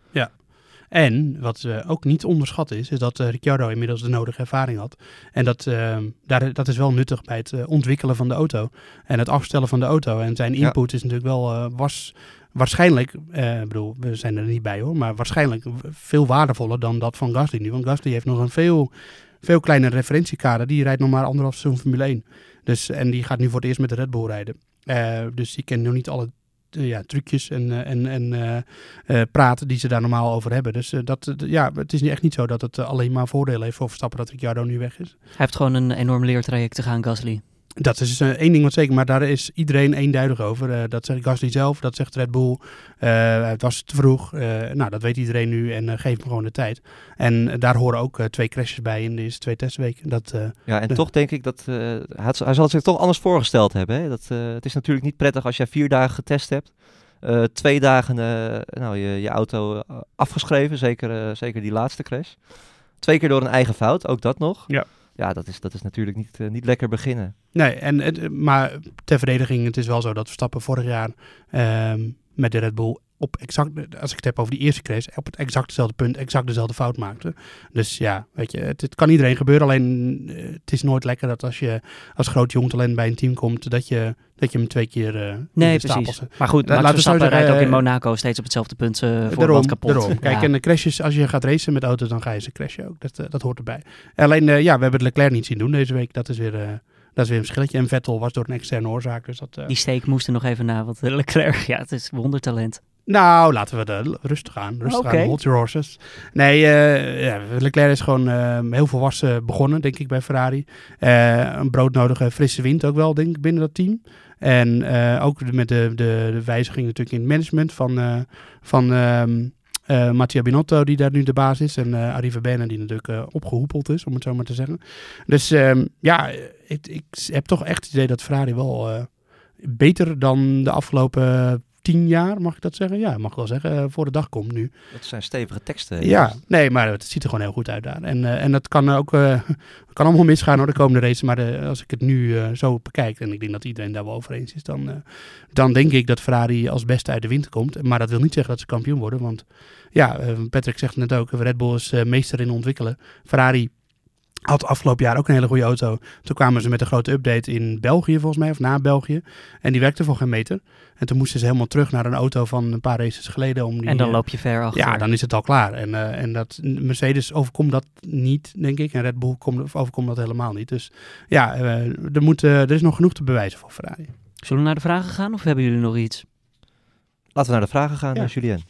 En wat uh, ook niet onderschat is, is dat uh, Ricciardo inmiddels de nodige ervaring had. En dat, uh, daar, dat is wel nuttig bij het uh, ontwikkelen van de auto en het afstellen van de auto. En zijn input ja. is natuurlijk wel, uh, was waarschijnlijk, uh, ik bedoel, we zijn er niet bij hoor, maar waarschijnlijk veel waardevoller dan dat van Gasly nu. Want Gasly heeft nog een veel, veel kleiner referentiekader. Die rijdt nog maar anderhalf seizoen Formule één. Dus, en die gaat nu voor het eerst met de Red Bull rijden. Uh, dus die kent nog niet alle Uh, ja, trucjes en, uh, en, en uh, uh, praten die ze daar normaal over hebben. Dus uh, dat, uh, ja, het is echt niet zo dat het uh, alleen maar voordelen heeft voor Verstappen dat Ricciardo nu weg is. Hij heeft gewoon een enorm leertraject te gaan, Gasly. Dat is uh, één ding wat zeker, maar daar is iedereen eenduidig over. Uh, dat zegt Gasly zelf, dat zegt Red Bull. Uh, het was te vroeg. Uh, nou, dat weet iedereen nu en uh, geef hem gewoon de tijd. En uh, daar horen ook uh, twee crashes bij in deze twee testweken. Dat, uh, ja, en de... toch denk ik dat uh, hij, had, hij zal het zich toch anders voorgesteld hebben. Hè? Dat, uh, het is natuurlijk niet prettig als jij vier dagen getest hebt. Uh, twee dagen uh, nou, je, je auto uh, afgeschreven, zeker, uh, zeker die laatste crash. Twee keer door een eigen fout, ook dat nog. Ja. Ja, dat is, dat is natuurlijk niet, uh, niet lekker beginnen. Nee, en, en, maar ter verdediging, het is wel zo dat Verstappen vorig jaar uh, met de Red Bull op exact, als ik het heb over die eerste crash, op het exact dezelfde punt, exact dezelfde fout maakte. Dus ja, weet je, het, het kan iedereen gebeuren, alleen uh, het is nooit lekker dat als je als groot jong talent bij een team komt, dat je, dat je hem twee keer uh, nee, precies. Maar goed, Max Laten Verstappen zeggen, rijdt ook in uh, Monaco steeds op hetzelfde punt uh, voor daarom, band kapot. Daarom. Kijk, ja. en de crashes, als je gaat racen met auto's, dan ga je ze crashen ook. Dat, uh, dat hoort erbij. Alleen, uh, ja, we hebben Leclerc niet zien doen deze week. Dat is weer... Uh, Dat is weer een verschilletje. En Vettel was door een externe oorzaak. Dus dat, uh... Die steek moest er nog even na. Want Leclerc, ja, het is wondertalent. Nou, laten we de, rustig aan. Rustig okay. aan, hold your horses. Nee, uh, ja, Leclerc is gewoon uh, heel volwassen begonnen, denk ik, bij Ferrari. Uh, een broodnodige frisse wind ook wel, denk ik, binnen dat team. En uh, ook met de, de, de wijziging natuurlijk in het management van... Uh, van um, Uh, Mattia Binotto, die daar nu de baas is. En uh, Arriva Bene, die natuurlijk uh, opgehoepeld is, om het zo maar te zeggen. Dus um, ja, ik, ik heb toch echt het idee dat Ferrari wel uh, beter dan de afgelopen tien jaar, mag ik dat zeggen? Ja, mag ik wel zeggen, uh, voor de dag komt nu. Dat zijn stevige teksten. Ja, ja, nee, maar het ziet er gewoon heel goed uit daar. En, uh, en dat kan ook, uh, kan allemaal misgaan hoor, de komende race. Maar de, als ik het nu uh, zo bekijk, en ik denk dat iedereen daar wel over eens is, dan, uh, dan denk ik dat Ferrari als beste uit de winter komt. Maar dat wil niet zeggen dat ze kampioen worden, want ja, uh, Patrick zegt het net ook, Red Bull is uh, meester in ontwikkelen. Ferrari had afgelopen jaar ook een hele goede auto. Toen kwamen ze met een grote update in België volgens mij, of na België. En die werkte voor geen meter. En toen moesten ze helemaal terug naar een auto van een paar races geleden. Om die, en dan loop je ver achter. Ja, dan is het al klaar. En, uh, en dat, Mercedes overkomt dat niet, denk ik. En Red Bull komt, overkomt dat helemaal niet. Dus ja, uh, er, moet, uh, er is nog genoeg te bewijzen voor Ferrari. Zullen we naar de vragen gaan of hebben jullie nog iets? Laten we naar de vragen gaan, ja. Julien.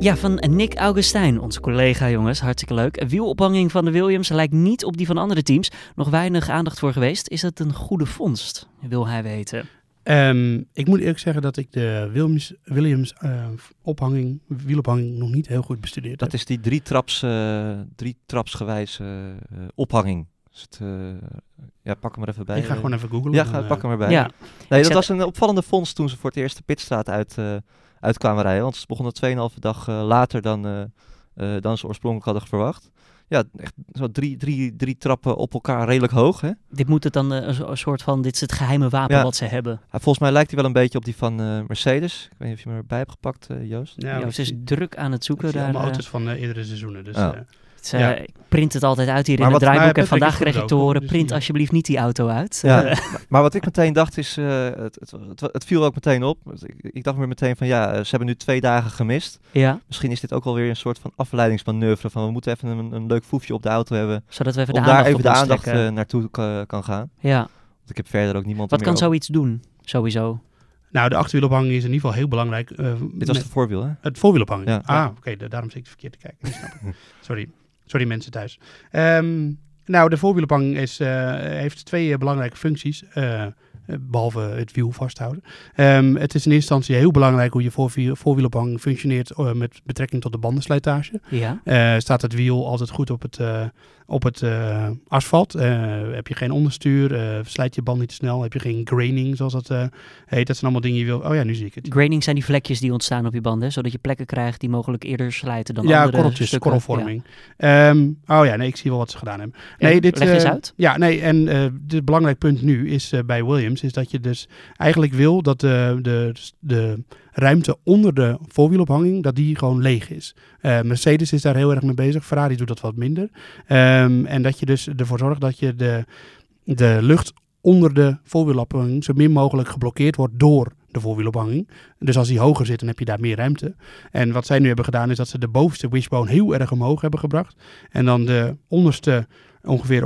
Ja, van Nick Augustijn, onze collega jongens, hartstikke leuk. Wielophanging van de Williams lijkt niet op die van andere teams. Nog weinig aandacht voor geweest. Is het een goede vondst, wil hij weten. Um, ik moet eerlijk zeggen dat ik de Williams, Williams uh, ophanging, wielophanging nog niet heel goed bestudeerd Dat heb. is die drie traps, uh, drie trapsgewijze uh, ophanging. Dus het, uh, ja, pak hem er even bij. Ik ga gewoon even googlen. Ja, dan, ga, uh, pak hem erbij. Ja. Nee, dat zet... was een opvallende vondst toen ze voor het eerst de pitstraat uit, uh, uit kwamen rijden. Want ze begonnen tweeënhalve dag uh, later dan, uh, uh, dan ze oorspronkelijk hadden verwacht. Ja, echt zo drie, drie, drie trappen op elkaar redelijk hoog, hè? Dit moet het dan uh, een, een soort van, dit is het geheime wapen ja. wat ze hebben. Ja, volgens mij lijkt hij wel een beetje op die van uh, Mercedes. Ik weet niet of je hem erbij hebt gepakt, uh, Joost. Ja, Joost is druk aan het zoeken. Ik zie daar, allemaal uh, auto's van uh, eerdere seizoenen. Dus, oh. uh, het, uh, ja. Ik print het altijd uit hier maar in wat, het draaiboek. En Patrick vandaag is kreeg goed ik te ook, horen, dus print ja. alsjeblieft niet die auto uit. Ja, Uh, maar wat ik meteen dacht is, uh, het, het, het, het viel ook meteen op. Ik, ik dacht weer meteen van ja, ze hebben nu twee dagen gemist. ja, Misschien is dit ook wel weer een soort van afleidingsmanoeuvre van we moeten even een, een leuk foefje op de auto hebben. zodat we even de Om aandacht daar even op de ons aandacht trekken. uh, naartoe ka- kan gaan. Ja, Want ik heb verder ook niemand wat er kan meer over. zoiets doen, sowieso? nou, de achterwielophanging is in ieder geval heel belangrijk. Uh, Dit was met- de voorwiel, hè? Het voorwielophanging. Ja. Ah, oké, okay, daarom zit ik verkeerd te kijken. Dat snap ik. Sorry. Sorry mensen thuis. Um, nou, de voorwielophanging is, uh, heeft twee uh, belangrijke functies. Uh, behalve het wiel vasthouden. Um, het is in eerste instantie heel belangrijk hoe je voorwiel, voorwielophanging functioneert uh, met betrekking tot de bandenslijtage. Ja, Uh, staat het wiel altijd goed op het, uh, op het uh, asfalt? Uh, heb je geen onderstuur? Uh, slijt je band niet te snel? Heb je geen graining, zoals dat uh, heet? Dat zijn allemaal dingen die je wil... Oh ja, nu zie ik het. graining zijn die vlekjes die ontstaan op je banden, zodat je plekken krijgt die mogelijk eerder slijten dan Ja, andere korreltjes, stukken. korrelvorming. Ja. Um, oh ja, nee, ik zie wel wat ze gedaan hebben. Nee, Ja, dit, leg eens uh, uit. Ja, nee, en uh, het belangrijk punt nu is uh, bij Williams, is dat je dus eigenlijk wil dat de, de, de ruimte onder de voorwielophanging, dat die gewoon leeg is. Uh, Mercedes is daar heel erg mee bezig, Ferrari doet dat wat minder. Um, en dat je dus ervoor zorgt dat je de, de lucht onder de voorwielophanging zo min mogelijk geblokkeerd wordt door de voorwielophanging. Dus als die hoger zit, dan heb je daar meer ruimte. En wat zij nu hebben gedaan, is dat ze de bovenste wishbone heel erg omhoog hebben gebracht. En dan de onderste ongeveer op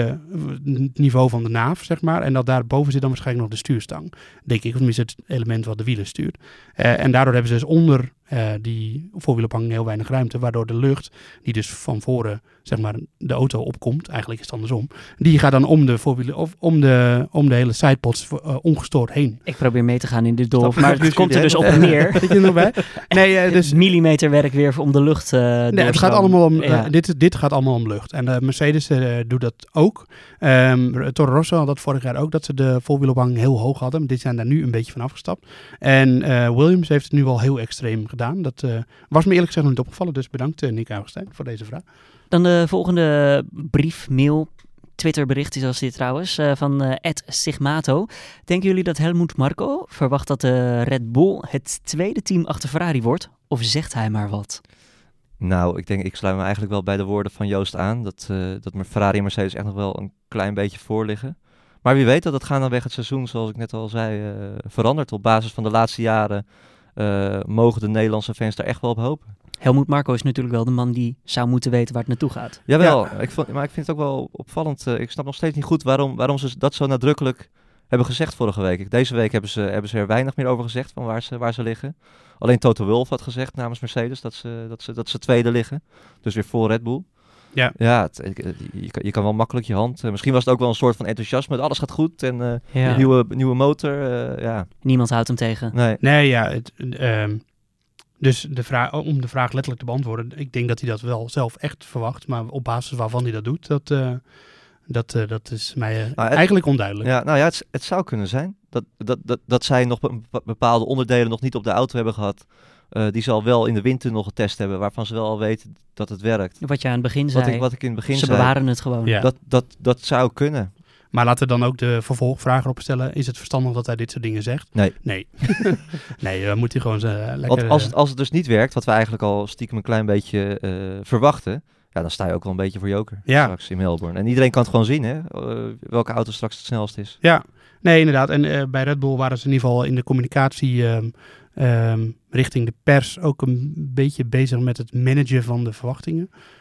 middenniveau van de naaf, zeg maar. En dat daarboven zit dan waarschijnlijk nog de stuurstang, denk ik. Of tenminste het element wat de wielen stuurt. Uh, en daardoor hebben ze dus onder uh, die voorwielophanging heel weinig ruimte, waardoor de lucht, die dus van voren, zeg maar, de auto opkomt, eigenlijk is het andersom, die gaat dan om de voorwielen, of om de, om de hele sidepods uh, ongestoord heen. Ik probeer mee te gaan in dit dolf, Snap maar je? het komt er dus op Ja. neer. Zit je er nog bij? Nee, uh, dus... Millimeterwerk weer om de lucht uh, Nee, het gaat allemaal om, uh, ja. dit, dit gaat allemaal om lucht. En uh, Mercedes uh, doet dat ook. Um, Toro Rosso had dat vorig jaar ook, dat ze de voorwielophanging heel hoog hadden. Maar dit zijn daar nu een beetje van afgestapt. En uh, Williams heeft het nu al heel extreem gedaan. Dat uh, was me eerlijk gezegd nog niet opgevallen. Dus bedankt uh, Nick Augustijn voor deze vraag. Dan de volgende brief, mail, Twitterbericht is als dit trouwens, uh, van uh, Ed Sigmato. Denken jullie dat Helmut Marko verwacht dat de Red Bull het tweede team achter Ferrari wordt? Of zegt hij maar wat? Nou, ik denk, ik sluit me eigenlijk wel bij de woorden van Joost aan. Dat, uh, dat Ferrari en Mercedes echt nog wel een klein beetje voor liggen. Maar wie weet dat het gaandeweg het seizoen, zoals ik net al zei, uh, verandert. Op basis van de laatste jaren uh, mogen de Nederlandse fans daar echt wel op hopen. Helmut Marko is natuurlijk wel de man die zou moeten weten waar het naartoe gaat. Jawel, ja. ik vond, maar ik vind het ook wel opvallend. Uh, ik snap nog steeds niet goed waarom, waarom ze dat zo nadrukkelijk hebben gezegd vorige week. Deze week hebben ze, hebben ze er weinig meer over gezegd van waar ze, waar ze liggen. Alleen Toto Wolff had gezegd namens Mercedes dat ze, dat, ze, dat ze tweede liggen. Dus weer voor Red Bull. Ja, ja het, je, kan, je kan wel makkelijk je hand... Uh, misschien was het ook wel een soort van enthousiasme. Alles gaat goed en uh, Ja. een nieuwe, nieuwe motor. Uh, ja. Niemand houdt hem tegen. Nee. Nee, ja. Het, um, dus de vraag, om de vraag letterlijk te beantwoorden. Ik denk dat hij dat wel zelf echt verwacht. Maar op basis waarvan hij dat doet, dat, uh, dat, uh, dat is mij uh, nou, het, eigenlijk onduidelijk. Ja, nou ja, het, het zou kunnen zijn. Dat, dat, dat, dat zij nog bepaalde onderdelen nog niet op de auto hebben gehad. Uh, die ze al wel in de windtunnel getest hebben, waarvan ze wel al weten dat het werkt. Wat je aan het begin zei. Wat ik, wat ik in het begin ze zei. bewaren het gewoon. Ja. Dat, dat, dat zou kunnen. Maar laten we dan ook de vervolgvraag erop stellen. Is het verstandig dat hij dit soort dingen zegt? Nee. Nee, nee uh, moet hij gewoon uh, lekker... Want als het, als het dus niet werkt, wat we eigenlijk al stiekem een klein beetje uh, verwachten, ja, dan sta je ook wel een beetje voor joker ja. straks in Melbourne. En iedereen kan het gewoon zien, hè, uh, welke auto straks het snelst is. Ja, nee, inderdaad. En uh, bij Red Bull waren ze in ieder geval in de communicatie um, um, richting de pers ook een beetje bezig met het managen van de verwachtingen.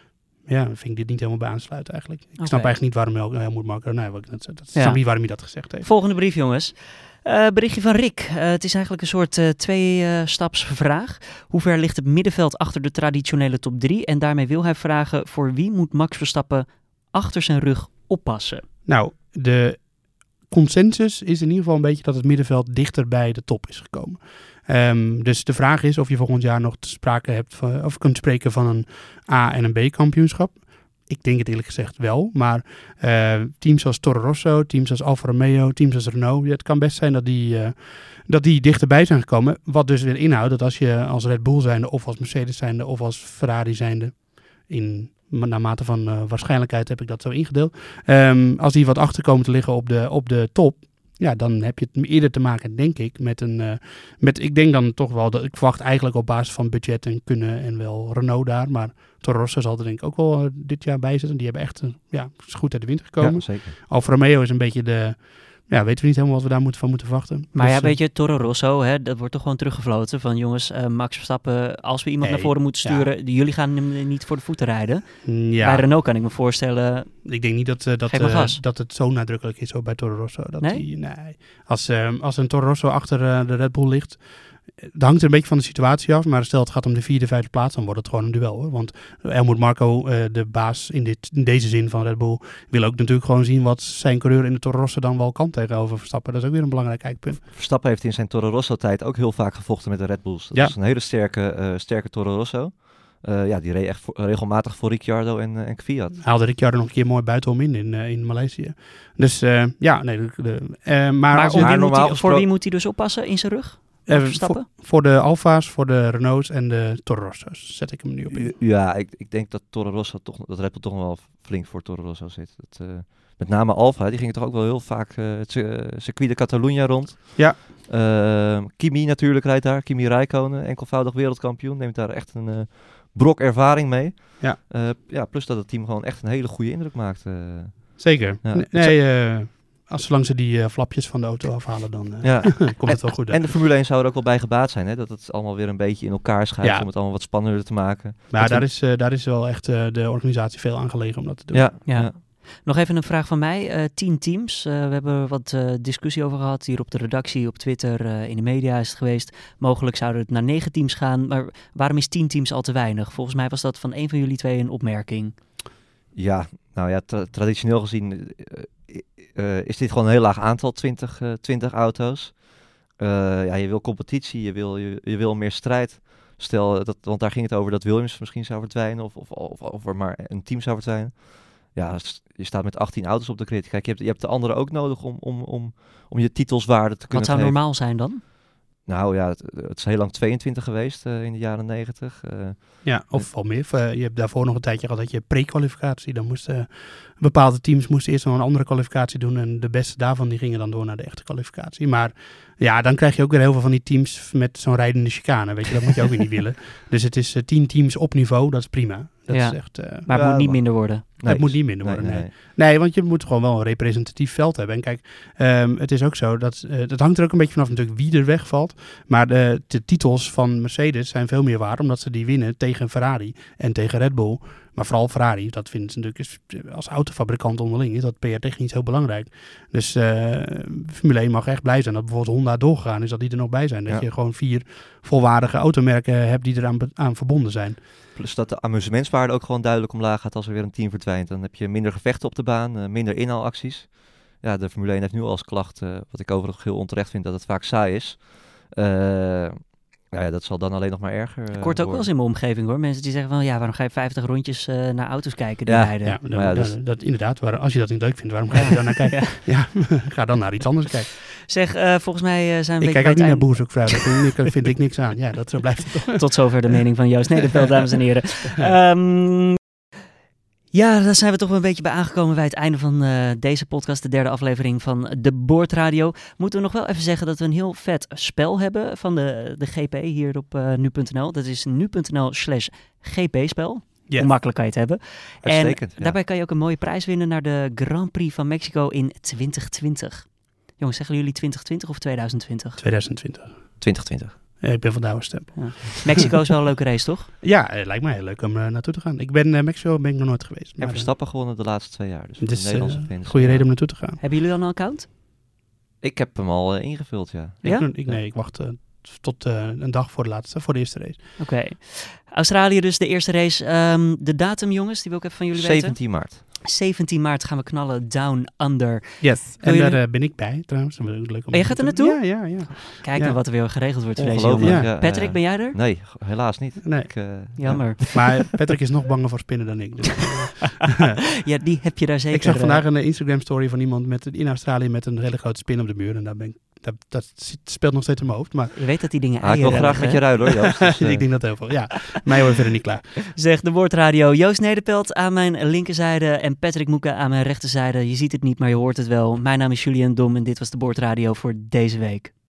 ja, vind ik dit niet helemaal bij aansluiten eigenlijk. Ik Okay. snap eigenlijk niet waarom Hel- Helmut Marko... Nee, wat ik net zei, dat Ja. snap niet waarom hij dat gezegd heeft. Volgende brief, jongens. Uh, berichtje van Rick. Uh, het is eigenlijk een soort uh, twee-staps-vraag. Hoe ver ligt het middenveld achter de traditionele top drie? En daarmee wil hij vragen, voor wie moet Max Verstappen achter zijn rug oppassen? Nou, de consensus is in ieder geval een beetje dat het middenveld dichter bij de top is gekomen. Um, dus de vraag is of je volgend jaar nog te sprake hebt van, of kunt spreken van een A- en een B-kampioenschap. Ik denk het eerlijk gezegd wel, maar uh, teams als Toro Rosso, teams als Alfa Romeo, teams als Renault, ja, het kan best zijn dat die, uh, dat die dichterbij zijn gekomen. Wat dus weer inhoudt dat als je als Red Bull zijnde of als Mercedes zijnde of als Ferrari zijnde, in, naar mate van uh, waarschijnlijkheid heb ik dat zo ingedeeld, um, als die wat achter komen te liggen op de, op de top, ja, dan heb je het eerder te maken, denk ik, met een, uh, met, ik denk dan toch wel, dat ik verwacht eigenlijk op basis van budget en kunnen en wel Renault daar, maar Toro Rosso zal er denk ik ook wel uh, dit jaar bij zitten. Die hebben echt, uh, ja, is goed uit de winter gekomen. Ja, zeker. Alfa Romeo is een beetje de, ja, weten we niet helemaal wat we daar moeten, van moeten verwachten. Maar dus, ja, weet je, Toro Rosso, hè, dat wordt toch gewoon teruggefloten van jongens, uh, Max Verstappen, als we iemand Nee, naar voren moeten sturen, ja. jullie gaan hem niet voor de voeten rijden. Ja, Bij Renault kan ik me voorstellen. ik denk niet dat, uh, dat, Geef maar uh, gas. dat het zo nadrukkelijk is zo bij Toro Rosso. Dat Nee? Die, nee. Als, uh, als een Toro Rosso achter uh, de Red Bull ligt, het hangt er een beetje van de situatie af, maar stel het gaat om de vierde, vijfde plaats, dan wordt het gewoon een duel, hoor. Want Helmut Marko, uh, de baas in, dit, in deze zin van Red Bull, wil ook natuurlijk gewoon zien wat zijn coureur in de Toro Rosso dan wel kan tegenover Verstappen. Dat is ook weer een belangrijk kijkpunt. Verstappen heeft in zijn Toro Rosso-tijd ook heel vaak gevochten met de Red Bulls. Dat Ja. is een hele sterke, uh, sterke Toro Rosso. Uh, ja, die reed echt voor, regelmatig voor Ricciardo en, uh, en Kvyat. Haalde Ricciardo nog een keer mooi buitenom in in, uh, in Maleisië. Dus uh, ja, nee. De, de, uh, maar Maar, als om je- wie moet normaal hij- gespro- voor wie moet hij dus oppassen in zijn rug? Max Eh, Verstappen? voor, voor de Alfa's, voor de Renaults en de Toro Rosso's zet ik hem nu op in. Ja, ik, ik denk dat Toro Rosso toch, dat Red Bull toch nog wel flink voor Toro Rosso zit. Dat, uh, met name Alfa, die ging toch ook wel heel vaak uh, het uh, circuit de Catalunya rond. Ja. Uh, Kimi natuurlijk rijdt daar, Kimi Räikkönen, enkelvoudig wereldkampioen, neemt daar echt een uh, brok ervaring mee. Ja. Uh, ja, plus dat het team gewoon echt een hele goede indruk maakt. Uh, Zeker. Ja. Nee, nee uh, als zolang ze die uh, flapjes van de auto afhalen, dan uh, ja. komt het wel goed uit. En de Formule één zou er ook wel bij gebaat zijn, hè? Dat het allemaal weer een beetje in elkaar schuift Ja. om het allemaal wat spannender te maken. Maar Dat daar, we- is, uh, daar is wel echt uh, de organisatie veel aan gelegen om dat te doen. Ja, Ja. ja. Nog even een vraag van mij. Uh, tien teams. Uh, we hebben wat uh, discussie over gehad hier op de redactie, op Twitter, uh, in de media is het geweest. Mogelijk zouden het naar negen teams gaan. Maar waarom is tien teams al te weinig? Volgens mij was dat van een van jullie twee een opmerking. Ja, nou ja, tra- traditioneel gezien uh, uh, is dit gewoon een heel laag aantal, twintig, uh, twintig auto's. Uh, ja, je wil competitie, je wil, je, je wil meer strijd. Stel, dat, want daar ging het over dat Williams misschien zou verdwijnen of, of, of, of er maar een team zou verdwijnen. Ja, s- je staat met achttien auto's op de grid. Kijk, je hebt, je hebt de anderen ook nodig om, om, om, om je titelswaarde te Wat kunnen zou geven. normaal zijn dan? Nou ja, het, het is heel lang tweeëntwintig geweest uh, in de jaren negentig. Uh, Ja, of wel meer. Uh, je hebt daarvoor nog een tijdje gehad dat je pre-kwalificatie. Dan moesten uh, bepaalde teams moesten eerst nog een andere kwalificatie doen. En de beste daarvan die gingen dan door naar de echte kwalificatie. Maar ja, dan krijg je ook weer heel veel van die teams met zo'n rijdende chicane. Weet je, dat moet je ook weer niet willen. Dus het is uh, tien teams op niveau, dat is prima. Dat Ja. is echt, uh, Maar het Ja, moet niet maar- minder worden. nee, het moet niet minder nee, worden, nee. nee, nee. nee. want je moet gewoon wel een representatief veld hebben. En kijk, um, het is ook zo, dat uh, het hangt er ook een beetje vanaf natuurlijk wie er wegvalt. Maar de, de titels van Mercedes zijn veel meer waard, omdat ze die winnen tegen Ferrari en tegen Red Bull. Maar vooral Ferrari, dat vinden ze natuurlijk is, als autofabrikant onderling, is dat P R-technisch heel belangrijk. Dus uh, Formule één mag echt blij zijn dat bijvoorbeeld Honda doorgegaan is, dat die er nog bij zijn. Dat Ja. je gewoon vier volwaardige automerken hebt die eraan be- aan verbonden zijn. Plus dat de amusementswaarde ook gewoon duidelijk omlaag gaat als er weer een team verdwijnt. Dan heb je minder gevechten op de baan, uh, minder inhaalacties. Ja, de Formule één heeft nu al als klacht, uh, wat ik overigens heel onterecht vind, dat het vaak saai is. Uh, nou ja, dat zal dan alleen nog maar erger uh, Ik hoor het ook wel eens in mijn omgeving hoor. Mensen die zeggen van ja, waarom ga je vijftig rondjes uh, naar auto's kijken die Ja, rijden? Ja, dan, Maar ja, dan- dus- dat, inderdaad, waar, als je dat niet leuk vindt, waarom ga je daar naar kijken? Ja. Ja, ga dan naar iets anders kijken. Zeg, uh, volgens mij uh, zijn we Ik een kijk ook beetje niet bij naar het Boers op vrijdag. Daar vind, vind ik niks aan. Ja, dat zo blijft het toch. eind- Tot zover de mening van Joost Nederveld, dames en heren. Um, ja, daar zijn we toch wel een beetje bij aangekomen bij het einde van uh, deze podcast, de derde aflevering van de Boordradio. Moeten we nog wel even zeggen dat we een heel vet spel hebben van de, de G P hier op uh, nu punt n l. Dat is nu punt n l slash G P-spel. Yes. Hoe makkelijk kan je het hebben. En Uitstekend, ja. daarbij kan je ook een mooie prijs winnen naar de Grand Prix van Mexico in twintig twintig. Jongens, zeggen jullie twintig twintig of tweeduizend twintig? tweeduizend twintig. twintig twintig. Uh, ik ben van de oude stempel. Ja. Mexico is wel een leuke race, toch? Ja, het lijkt mij heel leuk om uh, naartoe te gaan. Ik ben uh, Mexico ben ik nog nooit geweest. En Verstappen uh, gewonnen de laatste twee jaar. Dus het is een uh, goede reden om naartoe te gaan. Hebben jullie dan een account? Ik heb hem al uh, ingevuld, ja. ja? Ik, ik, nee, ik wacht uh, tot uh, een dag voor de laatste, voor de eerste race. Oké. Okay. Australië dus, de eerste race. Um, de datum, jongens, die wil ik even van jullie weten. zeventien maart. zeventien maart gaan we knallen Down Under. Yes, Wil en jullie... daar uh, ben ik bij trouwens. Dat is leuk om en je gaat er naartoe? Ja, ja, ja. Kijk ja. naar wat er weer geregeld wordt voor deze jongen. Ja. Ja, Patrick, uh, ben jij er? Nee, helaas niet. Nee. Ik, uh, Jammer. Ja. Maar Patrick is nog banger voor spinnen dan ik. Dus. Ja, die heb je daar zeker. Ik zag vandaag een Instagram story van iemand met, in Australië met een hele grote spin op de muur. En daar ben ik, dat, dat speelt nog steeds in mijn hoofd. Maar... Je weet dat die dingen ah, ik wil graag leggen, met je ruilen hoor, Joost. Dus, uh... ik denk dat heel veel. Ja, mij wordt verder niet klaar. Zeg de Boordradio. Joost Nederpelt aan mijn linkerzijde en Patrick Moeke aan mijn rechterzijde. Je ziet het niet, maar je hoort het wel. Mijn naam is Julian Dom en dit was de Boordradio voor deze week.